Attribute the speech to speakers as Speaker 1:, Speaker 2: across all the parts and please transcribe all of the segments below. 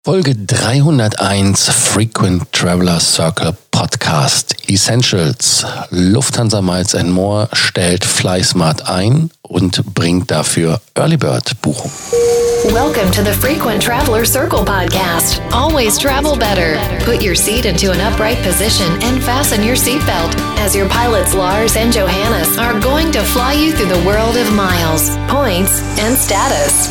Speaker 1: Folge 301 Frequent Traveler Circle Podcast Essentials. Lufthansa Miles & More stellt FlySmart ein und bringt dafür Early Bird Buchung.
Speaker 2: Welcome to the Frequent Traveler Circle Podcast. Always travel better. Put your seat into an upright position and fasten your seatbelt as your pilots Lars and Johannes are going to fly you through the world of miles, points and status.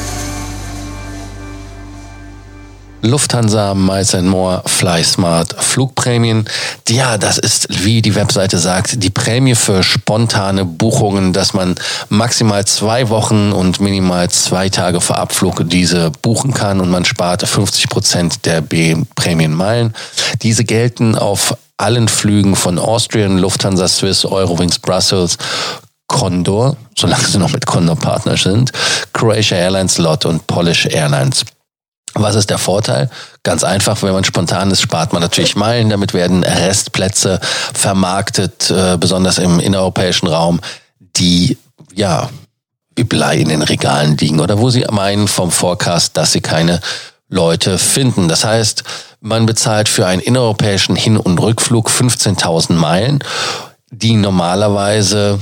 Speaker 1: Lufthansa Miles & More FlySmart Flugprämien. Ja, das ist, wie die Webseite sagt, die Prämie für spontane Buchungen, dass man maximal 2 Wochen und minimal 2 Tage vor Abflug diese buchen kann und man spart 50% der Prämienmeilen. Diese gelten auf allen Flügen von Austrian, Lufthansa, Swiss, Eurowings, Brussels, Condor, solange sie noch mit Condor Partner sind, Croatia Airlines, LOT und Polish Airlines. Was ist der Vorteil? Ganz einfach, wenn man spontan ist, spart man natürlich Meilen. Damit werden Restplätze vermarktet, besonders im innereuropäischen Raum, die ja wie Blei in den Regalen liegen oder wo sie meinen vom Forecast, dass sie keine Leute finden. Das heißt, man bezahlt für einen innereuropäischen Hin- und Rückflug 15.000 Meilen, die normalerweise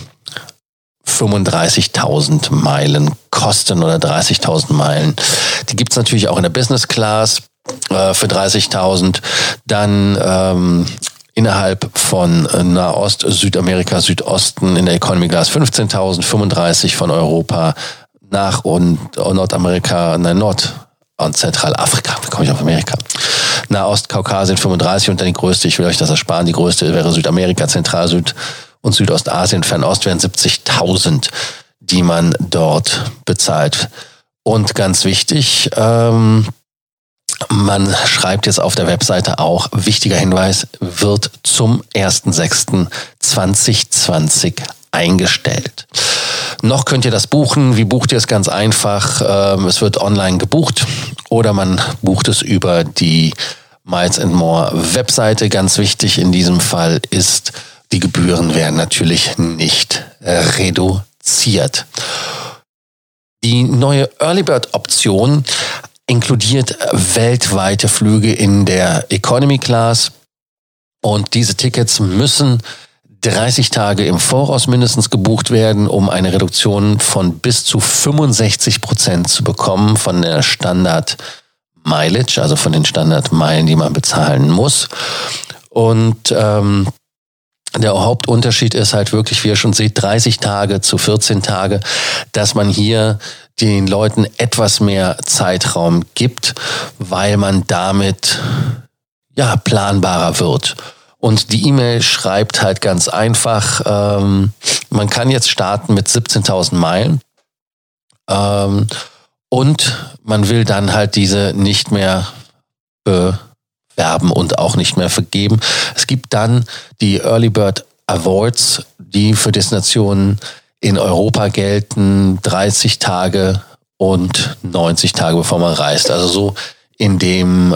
Speaker 1: 35.000 Meilen kosten oder 30.000 Meilen. Die gibt's natürlich auch in der Business Class für 30.000. Dann innerhalb von Nahost, Südamerika, Südosten in der Economy Class 15.000, 35 von Europa nach und Nordamerika, Nord- und Zentralafrika. Wie komme ich auf Amerika? Nahost, Kaukasien 35 und dann die größte, ich will euch das ersparen, die größte wäre Südamerika, Zentral-Süd und Südostasien, Fernost wären 70.000, die man dort bezahlt. Und ganz wichtig, man schreibt jetzt auf der Webseite auch, wichtiger Hinweis, wird zum 1.6.2020 eingestellt. Noch könnt ihr das buchen. Wie bucht ihr es? Ganz einfach. Es wird online gebucht oder man bucht es über die Miles & More Webseite. Ganz wichtig in diesem Fall ist, die Gebühren werden natürlich nicht reduziert. Die neue Early Bird Option inkludiert weltweite Flüge in der Economy Class und diese Tickets müssen 30 Tage im Voraus mindestens gebucht werden, um eine Reduktion von bis zu 65% zu bekommen von der Standard Mileage, also von den Standardmeilen, die man bezahlen muss. Und der Hauptunterschied ist halt wirklich, wie ihr schon seht, 30 Tage zu 14 Tage, dass man hier den Leuten etwas mehr Zeitraum gibt, weil man damit ja planbarer wird. Und die E-Mail schreibt halt ganz einfach, man kann jetzt starten mit 17.000 Meilen und man will dann halt diese nicht mehr bewerben und auch nicht mehr vergeben. Es gibt dann die Early Bird Awards, die für Destinationen in Europa gelten, 30 Tage und 90 Tage bevor man reist. Also so in dem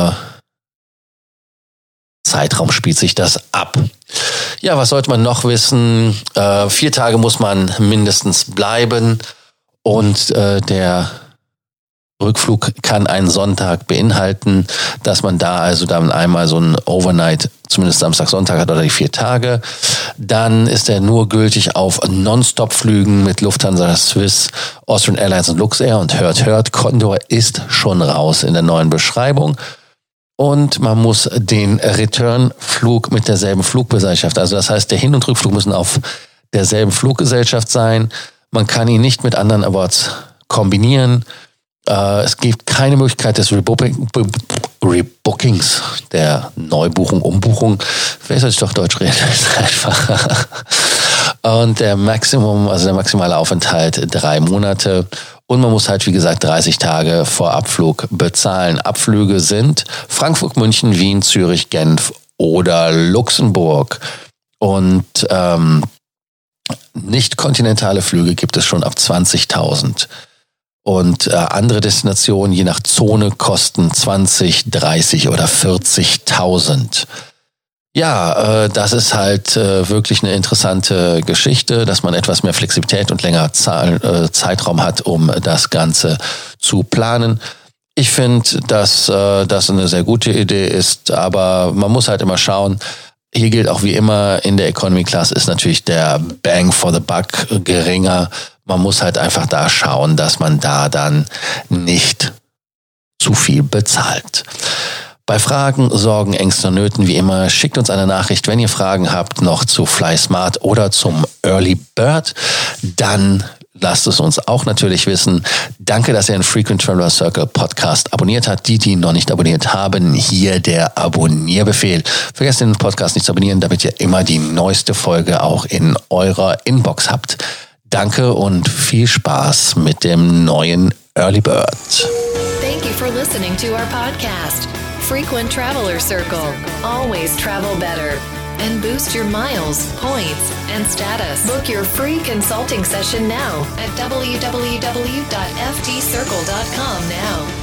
Speaker 1: Zeitraum spielt sich das ab. Ja, was sollte man noch wissen? 4 Tage muss man mindestens bleiben und der Rückflug kann einen Sonntag beinhalten, dass man da also dann einmal so ein Overnight, zumindest Samstag, Sonntag hat oder die 4 Tage. Dann ist er nur gültig auf Non-Stop-Flügen mit Lufthansa, Swiss, Austrian Airlines und Luxair und hört, Condor ist schon raus in der neuen Beschreibung. Und man muss den Return-Flug mit derselben Fluggesellschaft, also das heißt, der Hin- und Rückflug müssen auf derselben Fluggesellschaft sein. Man kann ihn nicht mit anderen Awards kombinieren. Es gibt keine Möglichkeit des Rebookings, der Neubuchung, Umbuchung. Vielleicht sollte ich doch Deutsch reden, das ist einfacher. Und der maximale Aufenthalt 3 Monate. Und man muss halt, wie gesagt, 30 Tage vor Abflug bezahlen. Abflüge sind Frankfurt, München, Wien, Zürich, Genf oder Luxemburg. Und nicht kontinentale Flüge gibt es schon ab 20.000. Und andere Destinationen, je nach Zone, kosten 20, 30 oder 40.000. Ja, das ist halt wirklich eine interessante Geschichte, dass man etwas mehr Flexibilität und länger Zeitraum hat, um das Ganze zu planen. Ich finde, dass das eine sehr gute Idee ist, aber man muss halt immer schauen. Hier gilt auch wie immer, in der Economy Class ist natürlich der Bang for the Buck geringer. Man muss halt einfach da schauen, dass man da dann nicht zu viel bezahlt. Bei Fragen, Sorgen, Ängsten und Nöten wie immer, schickt uns eine Nachricht, wenn ihr Fragen habt, noch zu Fly Smart oder zum Early Bird. Dann lasst es uns auch natürlich wissen. Danke, dass ihr den Frequent Traveler Circle Podcast abonniert habt. Die noch nicht abonniert haben, hier der Abonnierbefehl. Vergesst den Podcast nicht zu abonnieren, damit ihr immer die neueste Folge auch in eurer Inbox habt. Danke und viel Spaß mit dem neuen Early Bird.
Speaker 2: Thank you for listening to our podcast, Frequent Traveler Circle. Always travel better. And boost your miles, points, and status. Book your free consulting session now at www.ftcircle.com now.